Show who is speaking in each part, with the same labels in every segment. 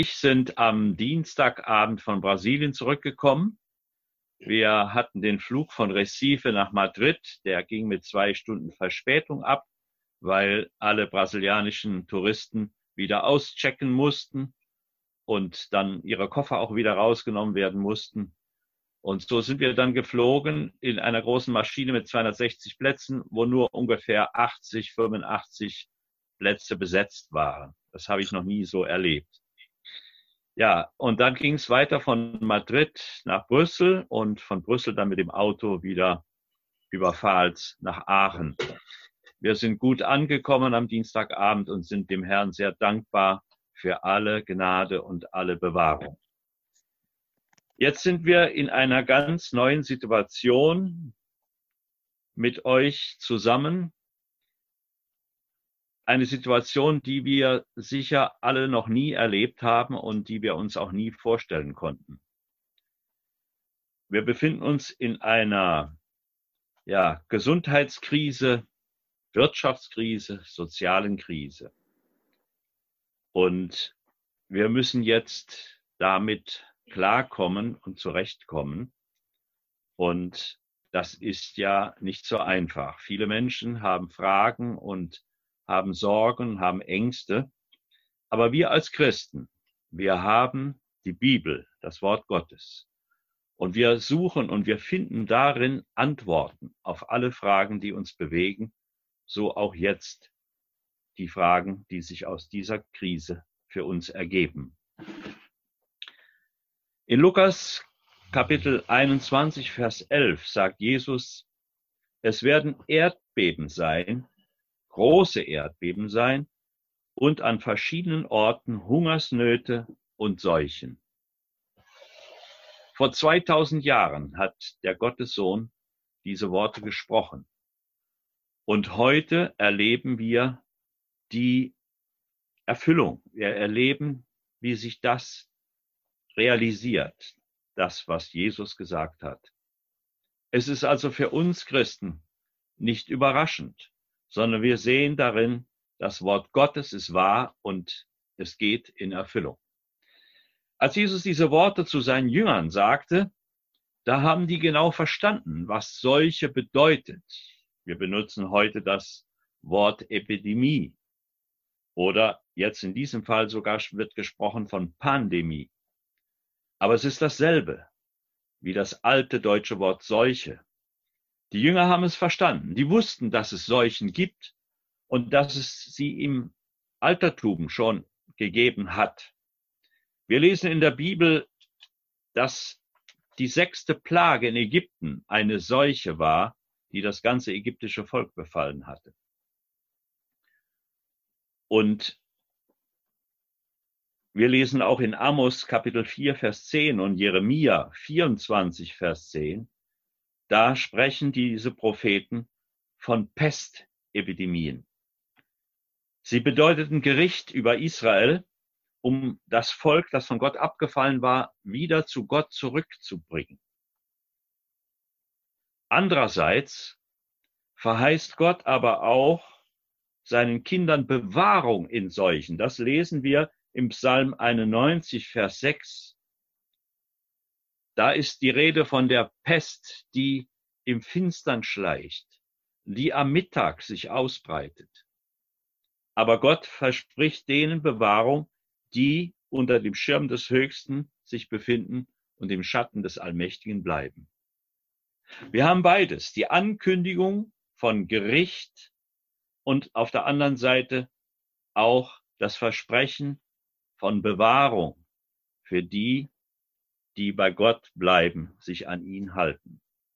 Speaker 1: sind am Dienstagabend von Brasilien zurückgekommen. Wir hatten den Flug von Recife nach Madrid. Der ging mit 2 Stunden Verspätung ab, weil alle brasilianischen Touristen wieder auschecken mussten und dann ihre Koffer auch wieder rausgenommen werden mussten. Und so sind wir dann geflogen in einer großen Maschine mit 260 Plätzen, wo nur ungefähr 80, 85 Plätze besetzt waren. Das habe ich noch nie so erlebt. Ja, und dann ging es weiter von Madrid nach Brüssel und von Brüssel dann mit dem Auto wieder über Pfalz nach Aachen. Wir sind gut angekommen am Dienstagabend und sind dem Herrn sehr dankbar für alle Gnade und alle Bewahrung. Jetzt sind wir in einer ganz neuen Situation mit euch zusammen. Eine Situation, die wir sicher alle noch nie erlebt haben und die wir uns auch nie vorstellen konnten. Wir befinden uns in einer Gesundheitskrise, Wirtschaftskrise, sozialen Krise. Und wir müssen jetzt damit klarkommen und zurechtkommen. Und das ist ja nicht so einfach. Viele Menschen haben Fragen und haben Sorgen, haben Ängste. Aber wir als Christen, wir haben die Bibel, das Wort Gottes. Und wir suchen und wir finden darin Antworten auf alle Fragen, die uns bewegen, so auch jetzt die Fragen, die sich aus dieser Krise für uns ergeben. In Lukas Kapitel 21, Vers 11 sagt Jesus, es werden Erdbeben sein, große Erdbeben sein und an verschiedenen Orten Hungersnöte und Seuchen. Vor 2000 Jahren hat der Gottessohn diese Worte gesprochen. Und heute erleben wir die Erfüllung. Wir erleben, wie sich das realisiert, das, was Jesus gesagt hat. Es ist also für uns Christen nicht überraschend, sondern wir sehen darin, das Wort Gottes ist wahr und es geht in Erfüllung. Als Jesus diese Worte zu seinen Jüngern sagte, da haben die genau verstanden, was Seuche bedeutet. Wir benutzen heute das Wort Epidemie oder jetzt in diesem Fall sogar wird gesprochen von Pandemie. Aber es ist dasselbe wie das alte deutsche Wort Seuche. Die Jünger haben es verstanden. Die wussten, dass es Seuchen gibt und dass es sie im Altertum schon gegeben hat. Wir lesen in der Bibel, dass die 6. Plage in Ägypten eine Seuche war, die das ganze ägyptische Volk befallen hatte. Und wir lesen auch in Amos Kapitel 4, Vers 10 und Jeremia 24, Vers 10, da sprechen diese Propheten von Pestepidemien. Sie bedeuteten Gericht über Israel, um das Volk, das von Gott abgefallen war, wieder zu Gott zurückzubringen. Andererseits verheißt Gott aber auch seinen Kindern Bewahrung in Seuchen. Das lesen wir im Psalm 91, Vers 6. Da ist die Rede von der Pest, die im Finstern schleicht, die am Mittag sich ausbreitet. Aber Gott verspricht denen Bewahrung, die unter dem Schirm des Höchsten sich befinden und im Schatten des Allmächtigen bleiben. Wir haben beides, die Ankündigung von Gericht und auf der anderen Seite auch das Versprechen von Bewahrung für die, die bei Gott bleiben, sich an ihn halten.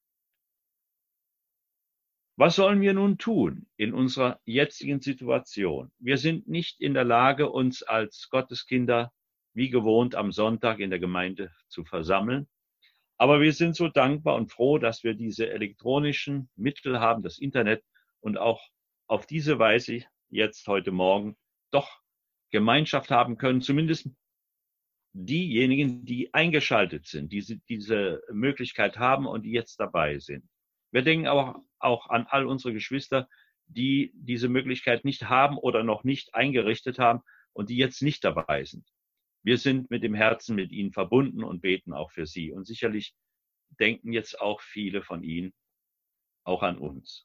Speaker 1: Was sollen wir nun tun in unserer jetzigen Situation? Wir sind nicht in der Lage, uns als Gotteskinder wie gewohnt am Sonntag in der Gemeinde zu versammeln. Aber wir sind so dankbar und froh, dass wir diese elektronischen Mittel haben, das Internet, und auch auf diese Weise jetzt heute Morgen doch Gemeinschaft haben können, zumindest diejenigen, die eingeschaltet sind, die diese Möglichkeit haben und die jetzt dabei sind. Wir denken auch an all unsere Geschwister, die diese Möglichkeit nicht haben oder noch nicht eingerichtet haben und die jetzt nicht dabei sind. Wir sind mit dem Herzen mit ihnen verbunden und beten auch für sie. Und sicherlich denken jetzt auch viele von ihnen auch an uns.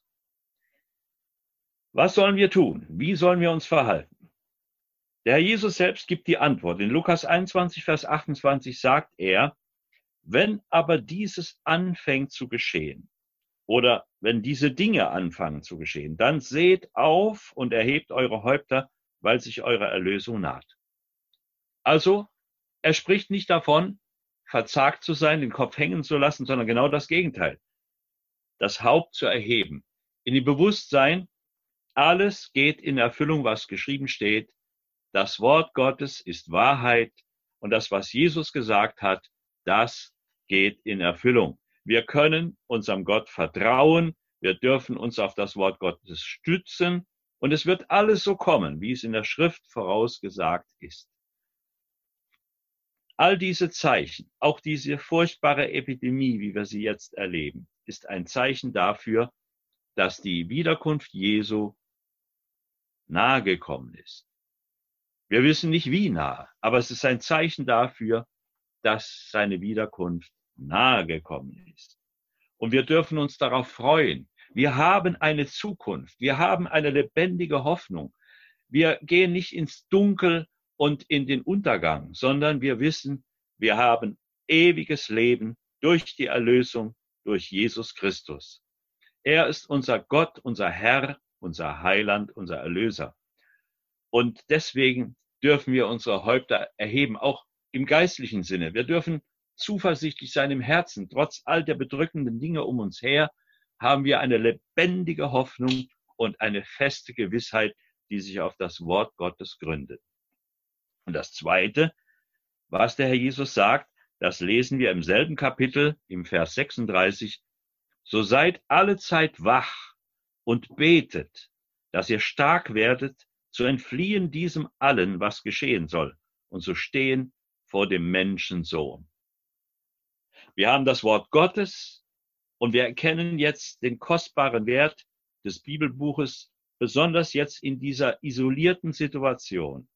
Speaker 1: Was sollen wir tun? Wie sollen wir uns verhalten? Der Herr Jesus selbst gibt die Antwort. In Lukas 21, Vers 28 sagt er, wenn aber dieses anfängt zu geschehen, oder wenn diese Dinge anfangen zu geschehen, dann seht auf und erhebt eure Häupter, weil sich eure Erlösung naht. Also, er spricht nicht davon, verzagt zu sein, den Kopf hängen zu lassen, sondern genau das Gegenteil. Das Haupt zu erheben. In dem Bewusstsein, alles geht in Erfüllung, was geschrieben steht. Das Wort Gottes ist Wahrheit und das, was Jesus gesagt hat, das geht in Erfüllung. Wir können unserem Gott vertrauen, wir dürfen uns auf das Wort Gottes stützen und es wird alles so kommen, wie es in der Schrift vorausgesagt ist. All diese Zeichen, auch diese furchtbare Epidemie, wie wir sie jetzt erleben, ist ein Zeichen dafür, dass die Wiederkunft Jesu nahegekommen ist. Wir wissen nicht wie nahe, aber es ist ein Zeichen dafür, dass seine Wiederkunft nahegekommen ist. Und wir dürfen uns darauf freuen. Wir haben eine Zukunft. Wir haben eine lebendige Hoffnung. Wir gehen nicht ins Dunkel und in den Untergang, sondern wir wissen, wir haben ewiges Leben durch die Erlösung durch Jesus Christus. Er ist unser Gott, unser Herr, unser Heiland, unser Erlöser. Und deswegen dürfen wir unsere Häupter erheben, auch im geistlichen Sinne. Wir dürfen zuversichtlich sein im Herzen. Trotz all der bedrückenden Dinge um uns her haben wir eine lebendige Hoffnung und eine feste Gewissheit, die sich auf das Wort Gottes gründet. Und das Zweite, was der Herr Jesus sagt, das lesen wir im selben Kapitel, im Vers 36. So seid alle Zeit wach und betet, dass ihr stark werdet, zu entfliehen diesem allen, was geschehen soll, und zu stehen vor dem Menschensohn. Wir haben das Wort Gottes und wir erkennen jetzt den kostbaren Wert des Bibelbuches, besonders jetzt in dieser isolierten Situation.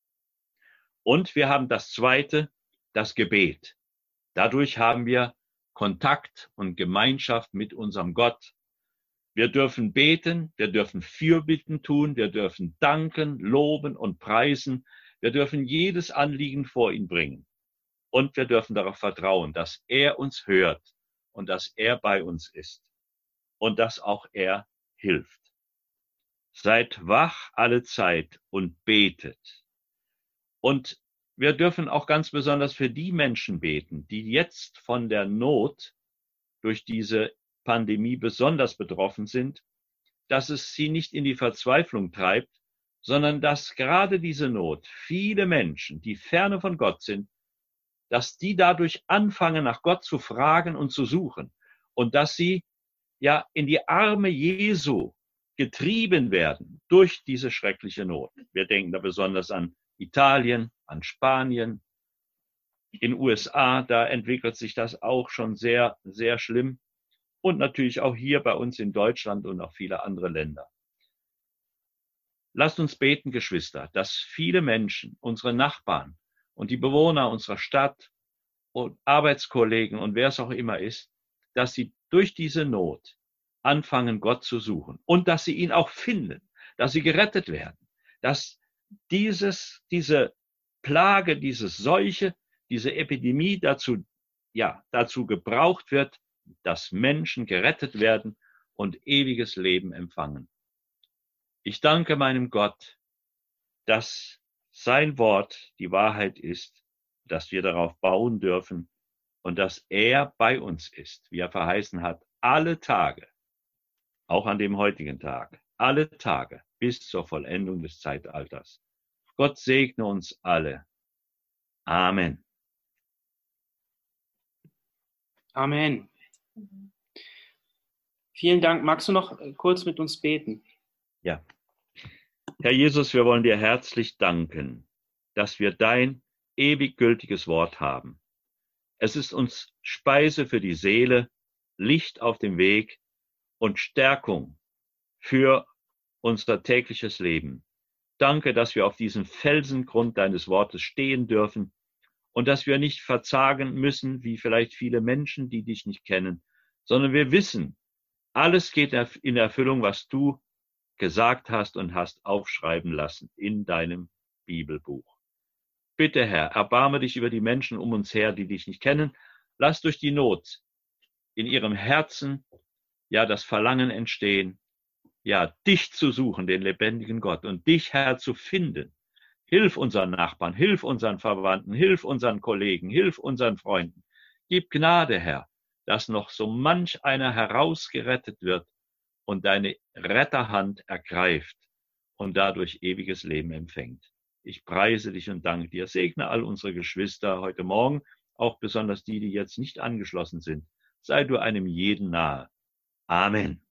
Speaker 1: Und wir haben das Zweite, das Gebet. Dadurch haben wir Kontakt und Gemeinschaft mit unserem Gott. Wir dürfen beten, wir dürfen Fürbitten tun, wir dürfen danken, loben und preisen. Wir dürfen jedes Anliegen vor ihn bringen. Und wir dürfen darauf vertrauen, dass er uns hört und dass er bei uns ist und dass auch er hilft. Seid wach alle Zeit und betet. Und wir dürfen auch ganz besonders für die Menschen beten, die jetzt von der Not durch diese Pandemie besonders betroffen sind, dass es sie nicht in die Verzweiflung treibt, sondern dass gerade diese Not viele Menschen, die ferne von Gott sind, dass die dadurch anfangen, nach Gott zu fragen und zu suchen und dass sie ja in die Arme Jesu getrieben werden durch diese schreckliche Not. Wir denken da besonders an Italien, an Spanien, in USA, da entwickelt sich das auch schon sehr, sehr schlimm. Und natürlich auch hier bei uns in Deutschland und auch viele andere Länder. Lasst uns beten, Geschwister, dass viele Menschen, unsere Nachbarn und die Bewohner unserer Stadt und Arbeitskollegen und wer es auch immer ist, dass sie durch diese Not anfangen, Gott zu suchen und dass sie ihn auch finden, dass sie gerettet werden, dass diese Plage, diese Seuche, diese Epidemie dazu gebraucht wird, dass Menschen gerettet werden und ewiges Leben empfangen. Ich danke meinem Gott, dass sein Wort die Wahrheit ist, dass wir darauf bauen dürfen und dass er bei uns ist, wie er verheißen hat, alle Tage, auch an dem heutigen Tag, alle Tage bis zur Vollendung des Zeitalters. Gott segne uns alle. Amen.
Speaker 2: Amen. Vielen Dank. Magst du noch kurz mit uns beten?
Speaker 1: Ja. Herr Jesus, wir wollen dir herzlich danken, dass wir dein ewig gültiges Wort haben. Es ist uns Speise für die Seele, Licht auf dem Weg und Stärkung für unser tägliches Leben. Danke, dass wir auf diesem Felsengrund deines Wortes stehen dürfen und dass wir nicht verzagen müssen, wie vielleicht viele Menschen, die dich nicht kennen, sondern wir wissen, alles geht in Erfüllung, was du gesagt hast und hast aufschreiben lassen in deinem Bibelbuch. Bitte, Herr, erbarme dich über die Menschen um uns her, die dich nicht kennen. Lass durch die Not in ihrem Herzen ja das Verlangen entstehen, ja, dich zu suchen, den lebendigen Gott, und dich, Herr, zu finden. Hilf unseren Nachbarn, hilf unseren Verwandten, hilf unseren Kollegen, hilf unseren Freunden. Gib Gnade, Herr, dass noch so manch einer herausgerettet wird und deine Retterhand ergreift und dadurch ewiges Leben empfängt. Ich preise dich und danke dir. Segne all unsere Geschwister heute Morgen, auch besonders die, die jetzt nicht angeschlossen sind. Sei du einem jeden nahe. Amen.